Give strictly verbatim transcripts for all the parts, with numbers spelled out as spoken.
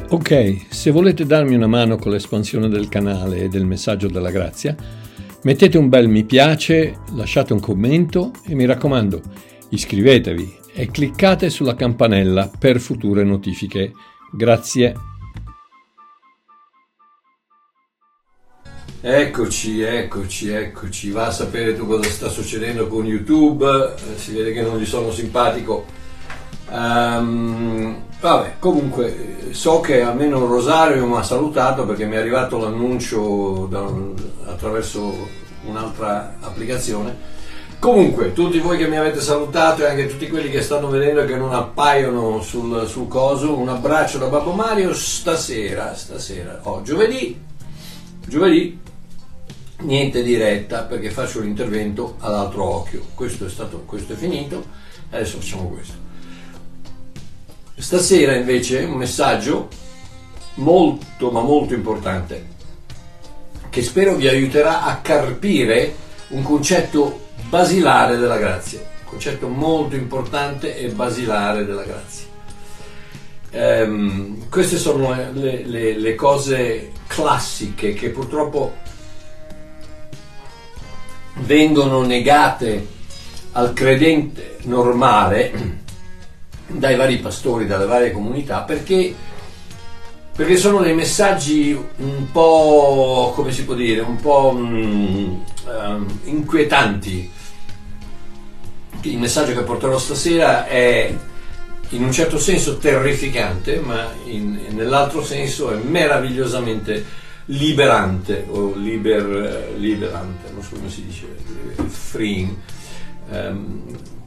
Ok, se volete darmi una mano con l'espansione del canale e del messaggio della grazia, mettete un bel mi piace, lasciate un commento e mi raccomando, iscrivetevi e cliccate sulla campanella per future notifiche. Grazie. Eccoci, eccoci, eccoci. Va a sapere tu cosa sta succedendo con YouTube. Si vede che non gli sono simpatico. Um, vabbè, comunque so che almeno Rosario mi ha salutato perché mi è arrivato l'annuncio da, attraverso un'altra applicazione. Comunque, tutti voi che mi avete salutato e anche tutti quelli che stanno vedendo e che non appaiono sul, sul coso, un abbraccio da Babbo Mario. Stasera, stasera, oh, giovedì, giovedì, niente diretta perché faccio l'intervento all'altro occhio. Questo è stato, questo è finito, adesso facciamo questo. Stasera invece un messaggio molto ma molto importante che spero vi aiuterà a carpire un concetto basilare della grazia, un concetto molto importante e basilare della grazia. Ehm, queste sono le, le, le cose classiche che purtroppo vengono negate al credente normale dai vari pastori, dalle varie comunità, perché, perché sono dei messaggi un po', come si può dire, un po' um, um, inquietanti. Il messaggio che porterò stasera è in un certo senso terrificante, ma in, nell'altro senso è meravigliosamente liberante, o liber, liberante, non so come si dice, freeing, um,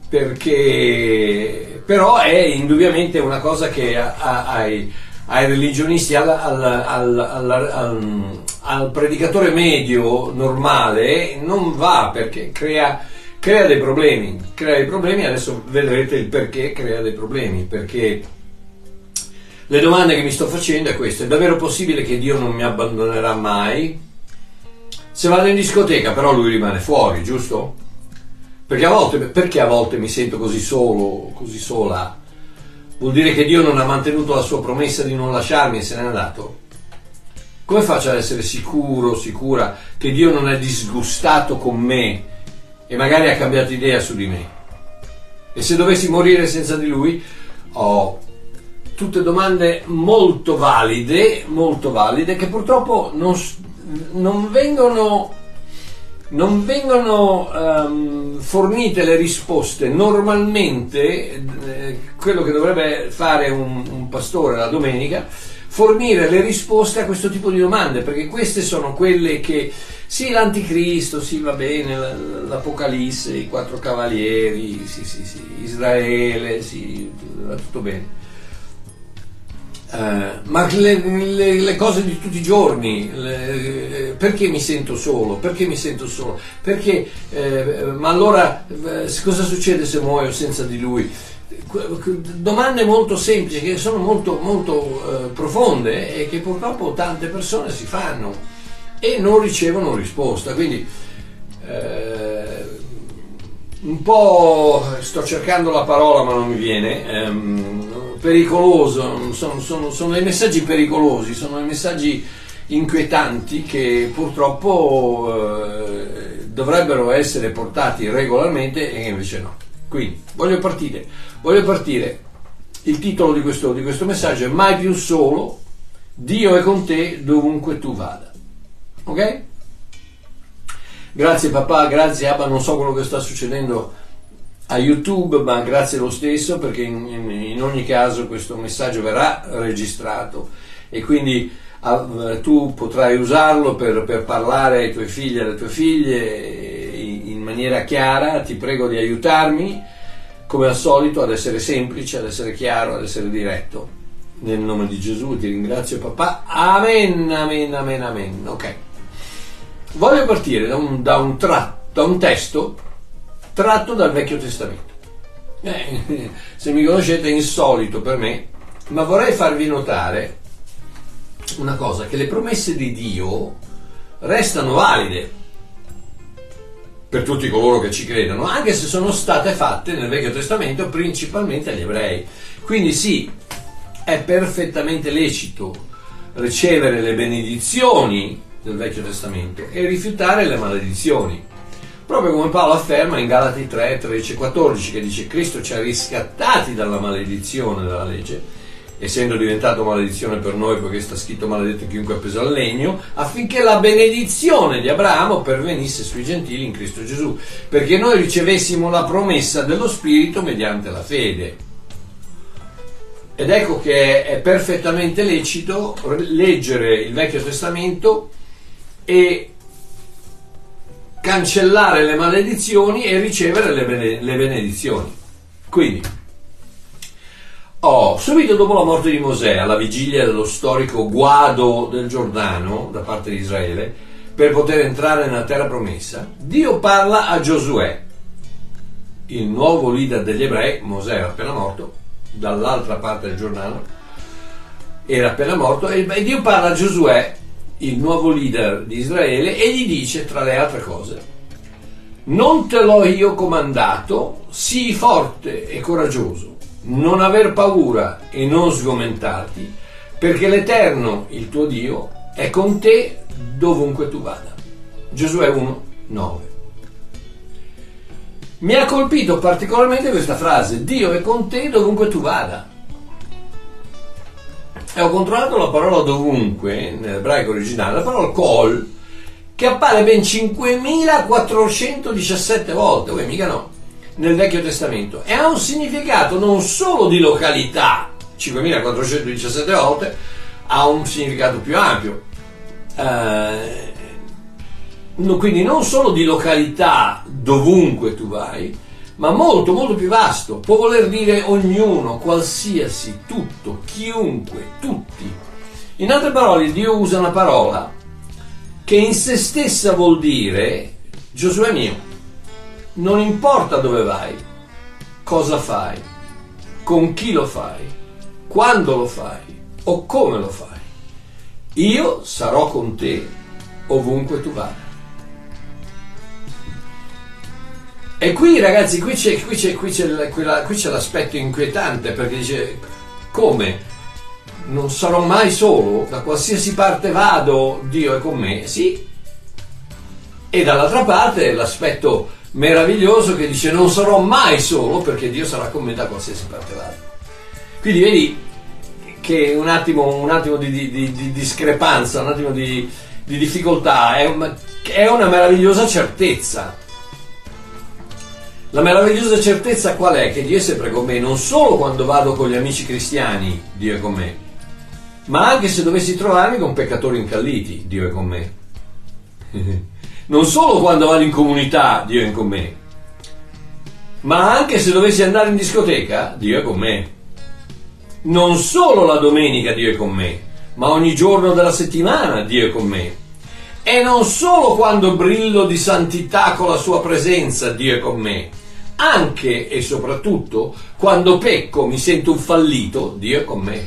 perché però è indubbiamente una cosa che a, a, ai, ai religionisti, al, al, al, al, al predicatore medio normale non va, perché crea, crea dei problemi, crea dei problemi. Adesso vedrete il perché crea dei problemi, perché le domande che mi sto facendo è questa: è davvero possibile che Dio non mi abbandonerà mai? Se vado in discoteca però lui rimane fuori, giusto? Perché a volte, perché a volte mi sento così solo, così sola? Vuol dire che Dio non ha mantenuto la sua promessa di non lasciarmi e se n'è andato? Come faccio ad essere sicuro, sicura che Dio non è disgustato con me e magari ha cambiato idea su di me? E se dovessi morire senza di Lui? Ho tutte domande molto valide, molto valide, che purtroppo non, non vengono... non vengono um, fornite le risposte. Normalmente eh, quello che dovrebbe fare un, un pastore la domenica, fornire le risposte a questo tipo di domande, perché queste sono quelle che, sì, l'anticristo, sì, va bene, l'Apocalisse, i quattro cavalieri, sì, sì, sì, Israele, sì, va tutto bene. Uh, ma le, le, le cose di tutti i giorni, le, perché mi sento solo? Perché mi sento solo? Perché, eh, ma allora eh, cosa succede se muoio senza di lui? Domande molto semplici che sono molto, molto eh, profonde e che purtroppo tante persone si fanno e non ricevono risposta. Quindi eh, un po' sto cercando la parola ma non mi viene. Ehm, pericoloso, sono, sono, sono dei messaggi pericolosi, sono dei messaggi inquietanti che purtroppo eh, dovrebbero essere portati regolarmente e invece no. Quindi voglio partire, voglio partire. Il titolo di questo, di questo messaggio è Mai più solo, Dio è con te dovunque tu vada. Ok? Grazie papà, grazie Abba, non so quello che sta succedendo a YouTube, ma grazie lo stesso, perché in, in, in ogni caso questo messaggio verrà registrato e quindi uh, tu potrai usarlo per, per parlare ai tuoi figli e alle tue figlie in, in maniera chiara. Ti prego di aiutarmi come al solito ad essere semplice, ad essere chiaro, ad essere diretto. Nel nome di Gesù ti ringrazio papà, amen, amen, amen, amen. Ok, voglio partire da un, da un, tra, da un testo tratto dal Vecchio Testamento. Eh, se mi conoscete è insolito per me, ma vorrei farvi notare una cosa, che le promesse di Dio restano valide per tutti coloro che ci credono, anche se sono state fatte nel Vecchio Testamento principalmente agli ebrei. Quindi sì, è perfettamente lecito ricevere le benedizioni del Vecchio Testamento e rifiutare le maledizioni. Proprio come Paolo afferma in Galati tre, tredici e quattordici, che dice: Cristo ci ha riscattati dalla maledizione della legge, essendo diventato maledizione per noi, poiché sta scritto maledetto chiunque è appeso al legno, affinché la benedizione di Abramo pervenisse sui gentili in Cristo Gesù, perché noi ricevessimo la promessa dello Spirito mediante la fede. Ed ecco che è perfettamente lecito leggere il Vecchio Testamento e cancellare le maledizioni e ricevere le, bene, le benedizioni. Quindi, oh, subito dopo la morte di Mosè, alla vigilia dello storico guado del Giordano da parte di Israele, per poter entrare nella terra promessa, Dio parla a Giosuè, il nuovo leader degli ebrei. Mosè era appena morto, dall'altra parte del Giordano era appena morto, e Dio parla a Giosuè, il nuovo leader di Israele, e gli dice, tra le altre cose: non te l'ho io comandato, sii forte e coraggioso, non aver paura e non sgomentarti, perché l'Eterno, il tuo Dio, è con te dovunque tu vada. Giosuè uno, nove. Mi ha colpito particolarmente questa frase: Dio è con te dovunque tu vada. E ho controllato la parola dovunque nell'ebraico originale, la parola kol, che appare ben cinquemilaquattrocentodiciassette volte, uè, mica no, nel Vecchio Testamento, e ha un significato non solo di località, cinquemilaquattrocentodiciassette volte, ha un significato più ampio, eh, quindi non solo di località dovunque tu vai, ma molto molto più vasto. Può voler dire ognuno, qualsiasi, tutto, chiunque, tutti. In altre parole, Dio usa una parola che in se stessa vuol dire: Giosuè mio, non importa dove vai, cosa fai, con chi lo fai, quando lo fai o come lo fai, io sarò con te ovunque tu vada. E qui, ragazzi, qui c'è, qui c'è, qui c'è, quella, qui c'è l'aspetto inquietante, perché dice: come? Non sarò mai solo? Da qualsiasi parte vado, Dio è con me? Sì. E dall'altra parte l'aspetto meraviglioso che dice: non sarò mai solo, perché Dio sarà con me da qualsiasi parte vado. Quindi vedi che un attimo, un attimo di, di, di, di discrepanza, un attimo di, di difficoltà, è una, è una meravigliosa certezza. La meravigliosa certezza qual è? Che Dio è sempre con me, non solo quando vado con gli amici cristiani, Dio è con me, ma anche se dovessi trovarmi con peccatori incalliti, Dio è con me. Non solo quando vado in comunità, Dio è con me, ma anche se dovessi andare in discoteca, Dio è con me. Non solo la domenica Dio è con me, ma ogni giorno della settimana Dio è con me. E non solo quando brillo di santità con la sua presenza, Dio è con me. Anche e soprattutto quando pecco, mi sento un fallito, Dio è con me.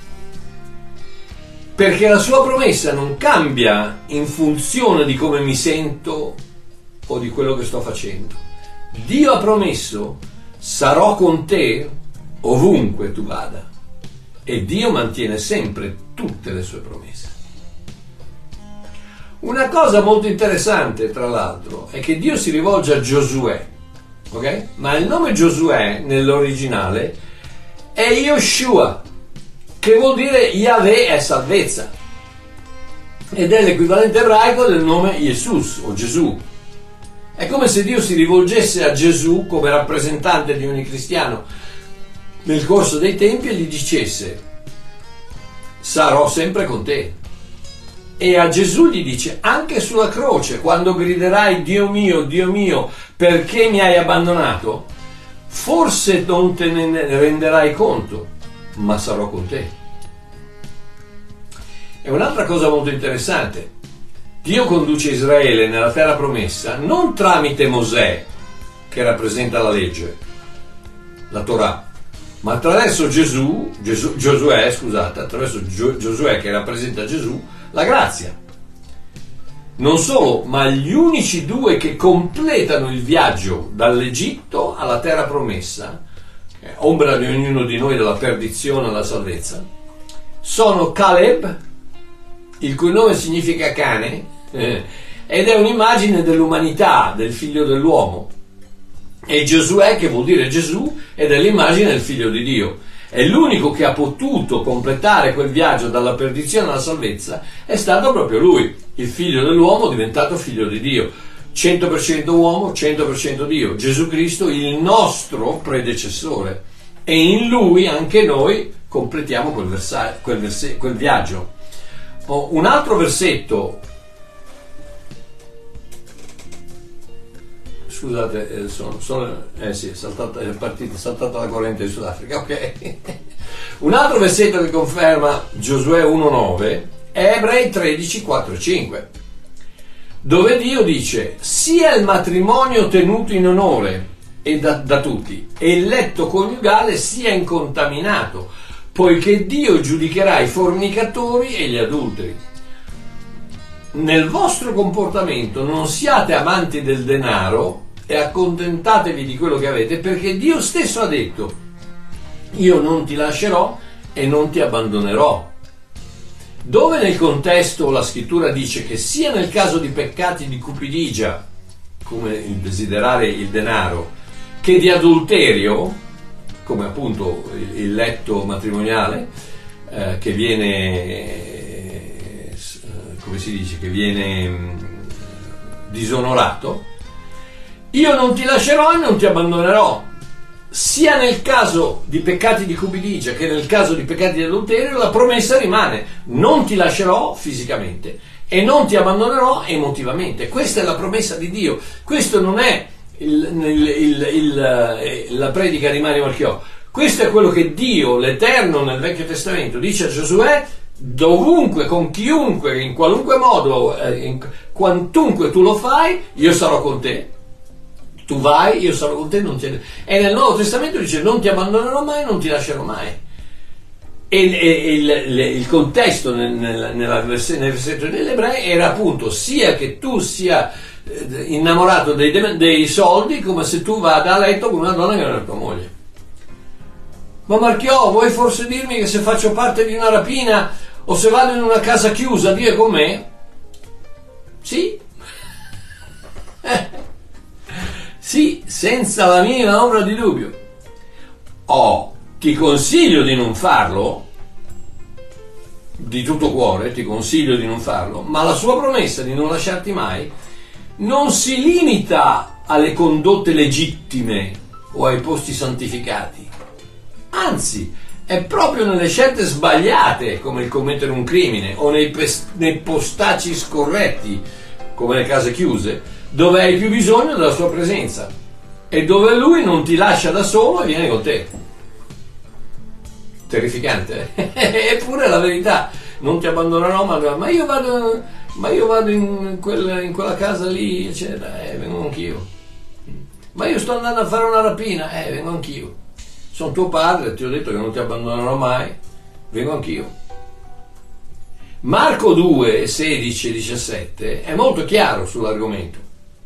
Perché la sua promessa non cambia in funzione di come mi sento o di quello che sto facendo. Dio ha promesso: sarò con te ovunque tu vada. E Dio mantiene sempre tutte le sue promesse. Una cosa molto interessante, tra l'altro, è che Dio si rivolge a Giosuè, ok? Ma il nome Giosuè nell'originale è Yoshua, che vuol dire Yahweh è salvezza, ed è l'equivalente ebraico del nome Jesus o Gesù. È come se Dio si rivolgesse a Gesù come rappresentante di ogni cristiano nel corso dei tempi e gli dicesse: sarò sempre con te. E a Gesù gli dice: anche sulla croce, quando griderai Dio mio, Dio mio, perché mi hai abbandonato, forse non te ne renderai conto, ma sarò con te. E un'altra cosa molto interessante: Dio conduce Israele nella terra promessa non tramite Mosè, che rappresenta la legge, la Torah, ma attraverso Gesù, Gesù Giosuè, scusate, attraverso Gio, Giosuè che rappresenta Gesù, la grazia. Non solo, ma gli unici due che completano il viaggio dall'Egitto alla terra promessa, eh, ombra di ognuno di noi dalla perdizione alla salvezza, sono Caleb, il cui nome significa cane, eh, ed è un'immagine dell'umanità, del figlio dell'uomo, e Giosuè, che vuol dire Gesù, ed è l'immagine del figlio di Dio. E l'unico che ha potuto completare quel viaggio dalla perdizione alla salvezza è stato proprio lui, il figlio dell'uomo diventato figlio di Dio, cento per cento uomo, cento per cento Dio, Gesù Cristo, il nostro predecessore, e in lui anche noi completiamo quel, versa- quel, verse- quel viaggio. Oh, un altro versetto, scusate, eh, sono, sono, eh sì, è saltata, è partita, è saltata la corrente di Sudafrica, ok. Un altro versetto che conferma Giosuè uno nove è Ebrei tredici quattro e cinque, dove Dio dice: sia il matrimonio tenuto in onore e da, da tutti, e il letto coniugale sia incontaminato, poiché Dio giudicherà i fornicatori e gli adulteri. Nel vostro comportamento non siate amanti del denaro e accontentatevi di quello che avete, perché Dio stesso ha detto: io non ti lascerò e non ti abbandonerò. Dove nel contesto la scrittura dice che sia nel caso di peccati di cupidigia, come il desiderare il denaro, che di adulterio, come appunto il letto matrimoniale, eh, che viene, eh, come si dice, che viene mh, disonorato, io non ti lascerò e non ti abbandonerò. Sia nel caso di peccati di cupidigia che nel caso di peccati di adulterio, la promessa rimane: non ti lascerò fisicamente e non ti abbandonerò emotivamente. Questa è la promessa di Dio. Questo non è il, il, il, il, la predica di Mario Marchiò. Questo è quello che Dio, l'Eterno, nel Vecchio Testamento dice a Giosuè: dovunque, con chiunque, in qualunque modo, in quantunque tu lo fai, io sarò con te. Tu vai, io sarò con te, non ti... e nel Nuovo Testamento dice: non ti abbandonerò mai, non ti lascerò mai. E, e il, il, il contesto nel, nel, nella vers- nel versetto degli Ebrei era appunto sia che tu sia innamorato dei, dei soldi, come se tu vada a letto con una donna che non è tua moglie. Ma Marchiò, vuoi forse dirmi che se faccio parte di una rapina o se vado in una casa chiusa, Dio è con me? Sì. Sì, senza la minima ombra di dubbio. Oh, ti consiglio di non farlo, di tutto cuore, ti consiglio di non farlo, ma la sua promessa di non lasciarti mai non si limita alle condotte legittime o ai posti santificati. Anzi, è proprio nelle scelte sbagliate, come il commettere un crimine, o nei, pes- nei postacci scorretti, come le case chiuse, dove hai più bisogno della sua presenza e dove lui non ti lascia da solo e viene con te. Terrificante, eh? Eppure è la verità. Non ti abbandonerò, ma, ma io vado, ma io vado in, quel, in quella casa lì, eccetera, eh, vengo anch'io. Ma io sto andando a fare una rapina, eh, vengo anch'io. Sono tuo padre, ti ho detto che non ti abbandonerò mai, vengo anch'io. Marco due, sedici e diciassette è molto chiaro sull'argomento.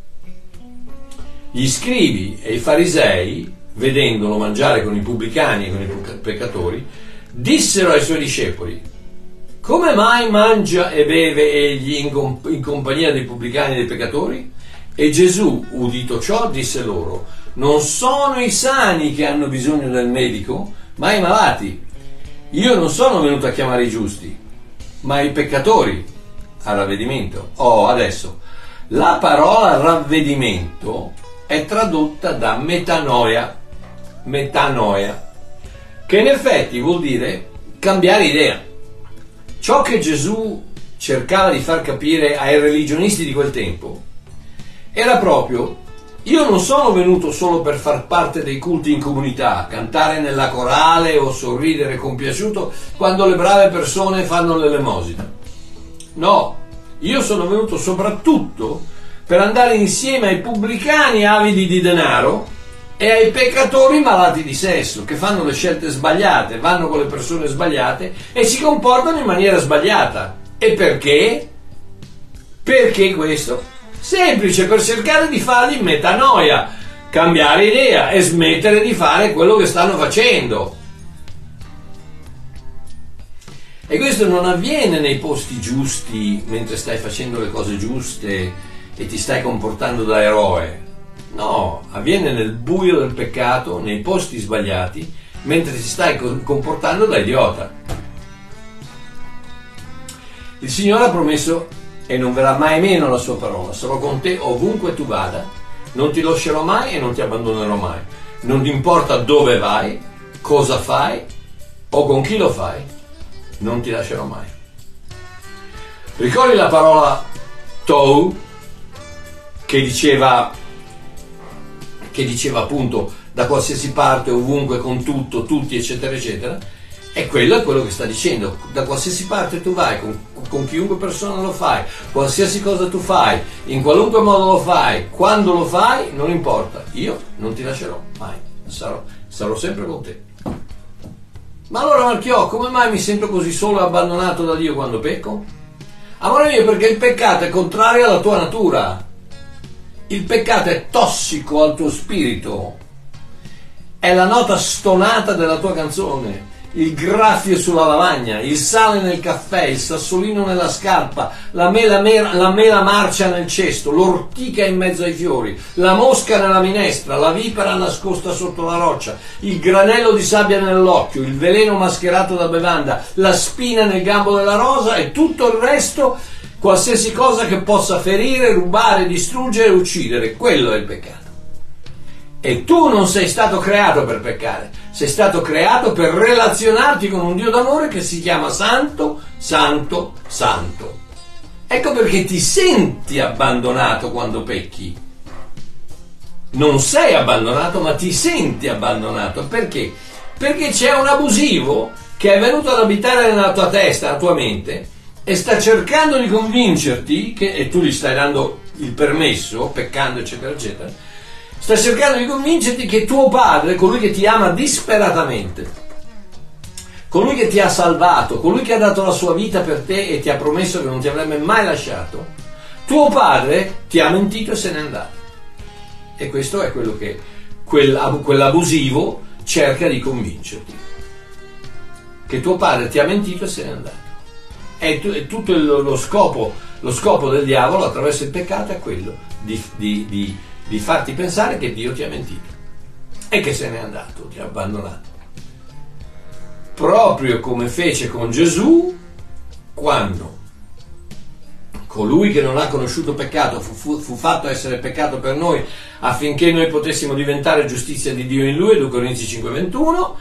Gli scribi e i farisei, vedendolo mangiare con i pubblicani e con i peccatori, dissero ai suoi discepoli: come mai mangia e beve egli in, comp- in compagnia dei pubblicani e dei peccatori? E Gesù, udito ciò, disse loro: non sono i sani che hanno bisogno del medico, ma i malati. Io non sono venuto a chiamare i giusti, ma i peccatori al ravvedimento. Oh, adesso, la parola ravvedimento è tradotta da metanoia, metanoia, che in effetti vuol dire cambiare idea. Ciò che Gesù cercava di far capire ai religionisti di quel tempo era proprio: io non sono venuto solo per far parte dei culti in comunità, cantare nella corale o sorridere compiaciuto quando le brave persone fanno l'elemosina. No, io sono venuto soprattutto per andare insieme ai pubblicani avidi di denaro e ai peccatori malati di sesso, che fanno le scelte sbagliate, vanno con le persone sbagliate e si comportano in maniera sbagliata. E perché? Perché questo? Semplice, per cercare di fargli metanoia, cambiare idea e smettere di fare quello che stanno facendo. E questo non avviene nei posti giusti, mentre stai facendo le cose giuste e ti stai comportando da eroe. No, avviene nel buio del peccato, nei posti sbagliati, mentre ti stai comportando da idiota. Il Signore ha promesso, e non verrà mai meno la sua parola: sarò con te ovunque tu vada, non ti lascerò mai e non ti abbandonerò mai. Non ti importa dove vai, cosa fai o con chi lo fai, non ti lascerò mai. Ricordi la parola tohu, che diceva che diceva appunto da qualsiasi parte, ovunque, con tutto, tutti, eccetera eccetera? E quello è quello che sta dicendo: da qualsiasi parte tu vai, con, con chiunque persona lo fai, qualsiasi cosa tu fai, in qualunque modo lo fai, quando lo fai, non importa, io non ti lascerò mai, sarò, sarò sempre con te. Ma allora, Marchiò, come mai mi sento così solo e abbandonato da Dio quando pecco? Amore mio, perché il peccato è contrario alla tua natura. Il peccato è tossico al tuo spirito, è la nota stonata della tua canzone, il graffio sulla lavagna, il sale nel caffè, il sassolino nella scarpa, la mela, mela, la mela marcia nel cesto, l'ortica in mezzo ai fiori, la mosca nella minestra, la vipera nascosta sotto la roccia, il granello di sabbia nell'occhio, il veleno mascherato da bevanda, la spina nel gambo della rosa e tutto il resto, qualsiasi cosa che possa ferire, rubare, distruggere, uccidere. Quello è il peccato. E tu non sei stato creato per peccare, sei stato creato per relazionarti con un Dio d'amore che si chiama Santo, Santo, Santo. Ecco perché ti senti abbandonato quando pecchi. Non sei abbandonato, ma ti senti abbandonato. Perché? Perché c'è un abusivo che è venuto ad abitare nella tua testa, nella tua mente, e sta cercando di convincerti, che, e tu gli stai dando il permesso, peccando, eccetera, eccetera, sta cercando di convincerti che tuo padre, colui che ti ama disperatamente, colui che ti ha salvato, colui che ha dato la sua vita per te e ti ha promesso che non ti avrebbe mai lasciato, tuo padre ti ha mentito e se n'è andato. E questo è quello che quel, quell'abusivo cerca di convincerti, che tuo padre ti ha mentito e se n'è andato. E, tu, e tutto il, lo, scopo, lo scopo del diavolo attraverso il peccato è quello di, di, di di farti pensare che Dio ti ha mentito e che se n'è andato, ti ha abbandonato. Proprio come fece con Gesù, quando colui che non ha conosciuto peccato fu, fu, fu fatto essere peccato per noi affinché noi potessimo diventare giustizia di Dio in lui, due Corinzi cinque ventuno,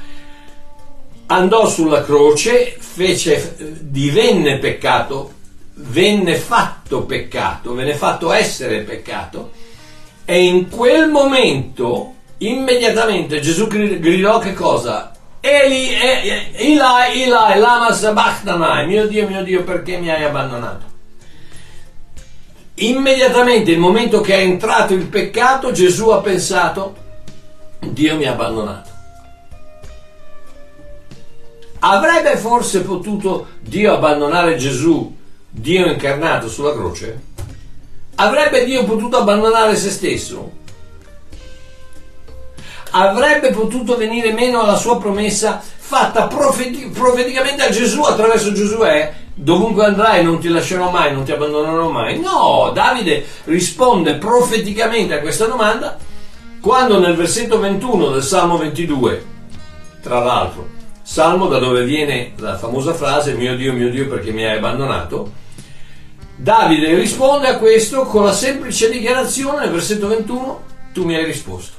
andò sulla croce, fece, divenne peccato, venne fatto peccato, venne fatto essere peccato. E in quel momento, immediatamente, Gesù gridò che cosa? Eli, Eli, Eli, lama sabachthani, mio Dio, mio Dio, perché mi hai abbandonato? Immediatamente, il momento che è entrato il peccato, Gesù ha pensato: Dio mi ha abbandonato. Avrebbe forse potuto Dio abbandonare Gesù, Dio incarnato sulla croce? Avrebbe Dio potuto abbandonare se stesso? Avrebbe potuto venire meno alla sua promessa fatta profeti- profeticamente a Gesù attraverso Giosuè: dovunque andrai non ti lascerò mai, non ti abbandonerò mai? No, Davide risponde profeticamente a questa domanda quando nel versetto ventuno del Salmo ventidue, tra l'altro, Salmo da dove viene la famosa frase mio Dio, mio Dio, perché mi hai abbandonato, Davide risponde a questo con la semplice dichiarazione nel versetto ventuno: tu mi hai risposto.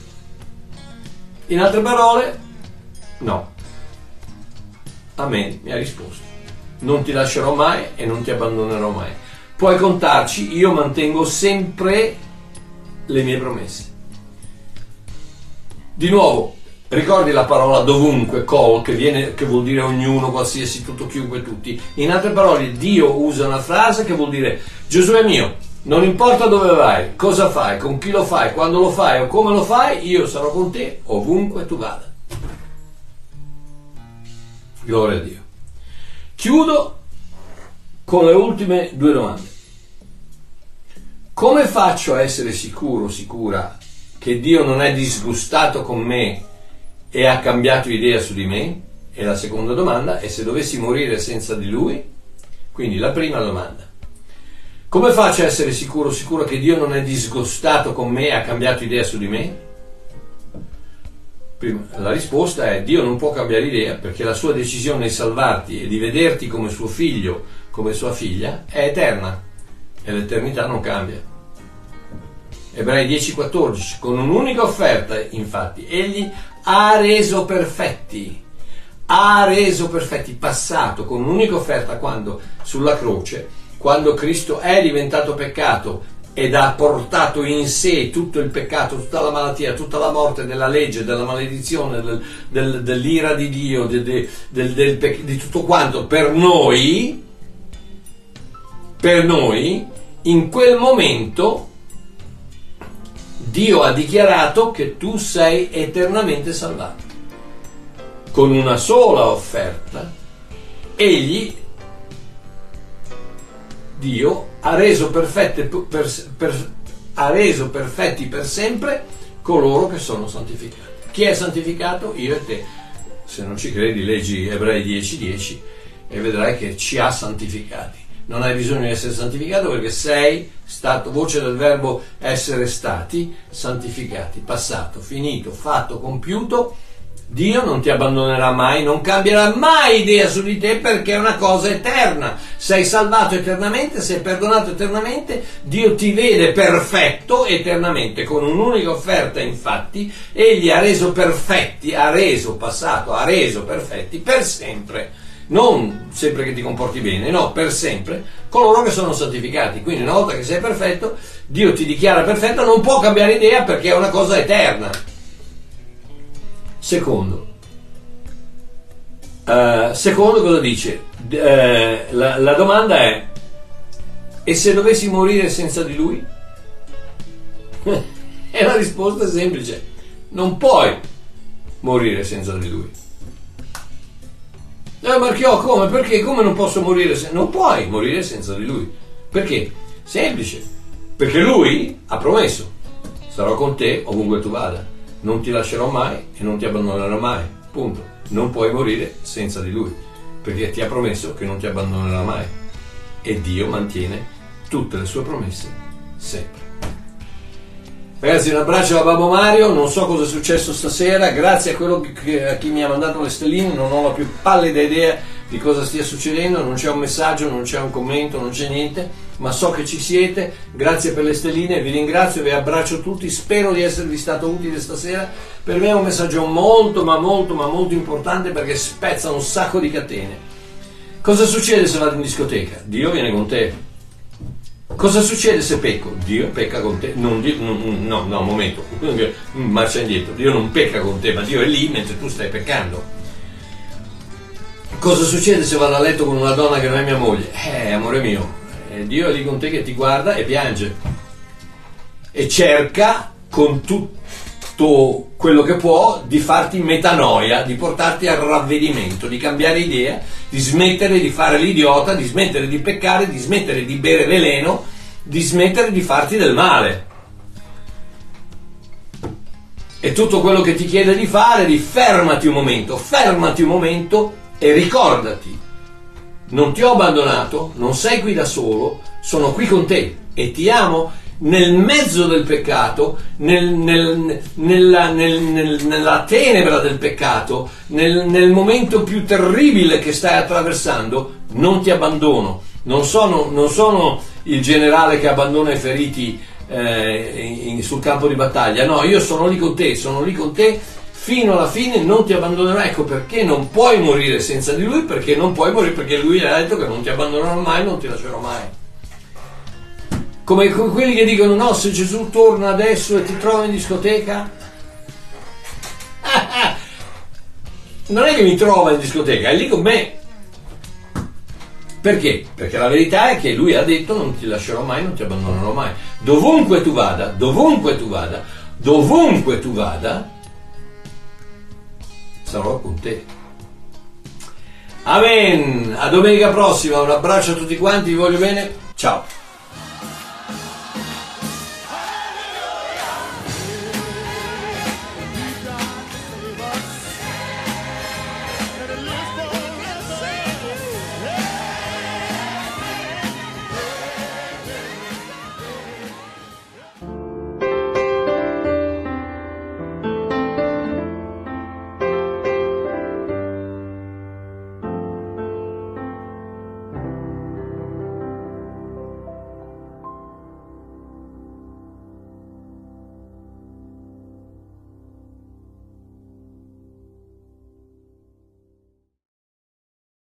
In altre parole, no, a me mi hai risposto, non ti lascerò mai e non ti abbandonerò mai, puoi contarci, io mantengo sempre le mie promesse. Di nuovo, ricordi la parola dovunque, call, che, viene, che vuol dire ognuno, qualsiasi, tutto, chiunque, tutti. In altre parole, Dio usa una frase che vuol dire: Gesù è mio, non importa dove vai, cosa fai, con chi lo fai, quando lo fai o come lo fai, io sarò con te ovunque tu vada. Gloria a Dio. Chiudo con le ultime due domande. Come faccio a essere sicuro, sicura che Dio non è disgustato con me e ha cambiato idea su di me? E la seconda domanda è se dovessi morire senza di Lui. Quindi la prima domanda: come faccio a essere sicuro, sicuro che Dio non è disgustato con me e ha cambiato idea su di me? Prima, la risposta è: Dio non può cambiare idea, perché la sua decisione di salvarti e di vederti come suo figlio, come sua figlia, è eterna e l'eternità non cambia. Ebrei dieci quattordici: con un'unica offerta, infatti, egli ha reso perfetti, ha reso perfetti, passato, con un'unica offerta, quando sulla croce, quando Cristo è diventato peccato ed ha portato in sé tutto il peccato, tutta la malattia, tutta la morte della legge, della maledizione, del, del, dell'ira di Dio, de, de, del, del, del, di tutto quanto per noi, per noi, in quel momento Dio ha dichiarato che tu sei eternamente salvato. Con una sola offerta, egli, Dio, ha reso, perfette per, per, ha reso perfetti per sempre coloro che sono santificati. Chi è santificato? Io e te. Se non ci credi, leggi Ebrei dieci dieci e vedrai che ci ha santificati. Non hai bisogno di essere santificato perché sei stato, voce del verbo essere stati, santificati. Passato, finito, fatto, compiuto. Dio non ti abbandonerà mai, non cambierà mai idea su di te, perché è una cosa eterna. Sei salvato eternamente, sei perdonato eternamente, Dio ti vede perfetto eternamente. Con un'unica offerta, infatti, egli ha reso perfetti, ha reso, passato, ha reso perfetti per sempre. Non sempre che ti comporti bene, no, per sempre, coloro che sono santificati. Quindi una volta che sei perfetto, Dio ti dichiara perfetto, non può cambiare idea perché è una cosa eterna. Secondo, uh, secondo cosa dice? Uh, la, la domanda è: e se dovessi morire senza di Lui? E la risposta è semplice: non puoi morire senza di Lui. Eh, Marchiò, come? Perché? Come non posso morire senza? Non puoi morire senza di Lui. Perché? Semplice. Perché Lui ha promesso: sarò con te ovunque tu vada. Non ti lascerò mai e non ti abbandonerò mai, punto. Non puoi morire senza di Lui, perché ti ha promesso che non ti abbandonerà mai, e Dio mantiene tutte le sue promesse sempre. Ragazzi, un abbraccio da Babbo Mario. Non so cosa è successo stasera, grazie a, quello che, a chi mi ha mandato le stelline, non ho la più pallida idea di cosa stia succedendo, non c'è un messaggio, non c'è un commento, non c'è niente, ma so che ci siete. Grazie per le stelline, vi ringrazio, vi abbraccio tutti, spero di esservi stato utile stasera. Per me è un messaggio molto ma molto ma molto importante, perché spezza un sacco di catene. Cosa succede se vado in discoteca? Dio viene con te. Cosa succede se pecco? Dio pecca con te. Non, no, no, un momento, marcia indietro. Dio non pecca con te, ma Dio è lì mentre tu stai peccando. Cosa succede se vado a letto con una donna che non è mia moglie? Eh, amore mio, eh, Dio è lì con te che ti guarda e piange e cerca con tutto quello che può di farti metanoia, di portarti al ravvedimento, di cambiare idea, di smettere di fare l'idiota, di smettere di peccare, di smettere di bere veleno, di smettere di farti del male. E tutto quello che ti chiede di fare è di fermati un momento, fermati un momento e ricordati: non ti ho abbandonato, non sei qui da solo, sono qui con te e ti amo nel mezzo del peccato, nel, nel, nella, nel, nel, nella tenebra del peccato, nel, nel momento più terribile che stai attraversando. Non ti abbandono, non sono, non sono il generale che abbandona i feriti eh, in, sul campo di battaglia, no, io sono lì con te, sono lì con te fino alla fine, non ti abbandonerò. Ecco perché non puoi morire senza di Lui, perché non puoi morire, perché Lui ha detto che non ti abbandonerò mai, non ti lascerò mai. Come quelli che dicono: no, se Gesù torna adesso e ti trova in discoteca, non è che mi trova in discoteca, è lì con me. Perché? Perché la verità è che Lui ha detto: non ti lascerò mai, non ti abbandonerò mai. Dovunque tu vada, dovunque tu vada, dovunque tu vada, sarò con te. Amen. A domenica prossima, un abbraccio a tutti quanti, vi voglio bene, ciao.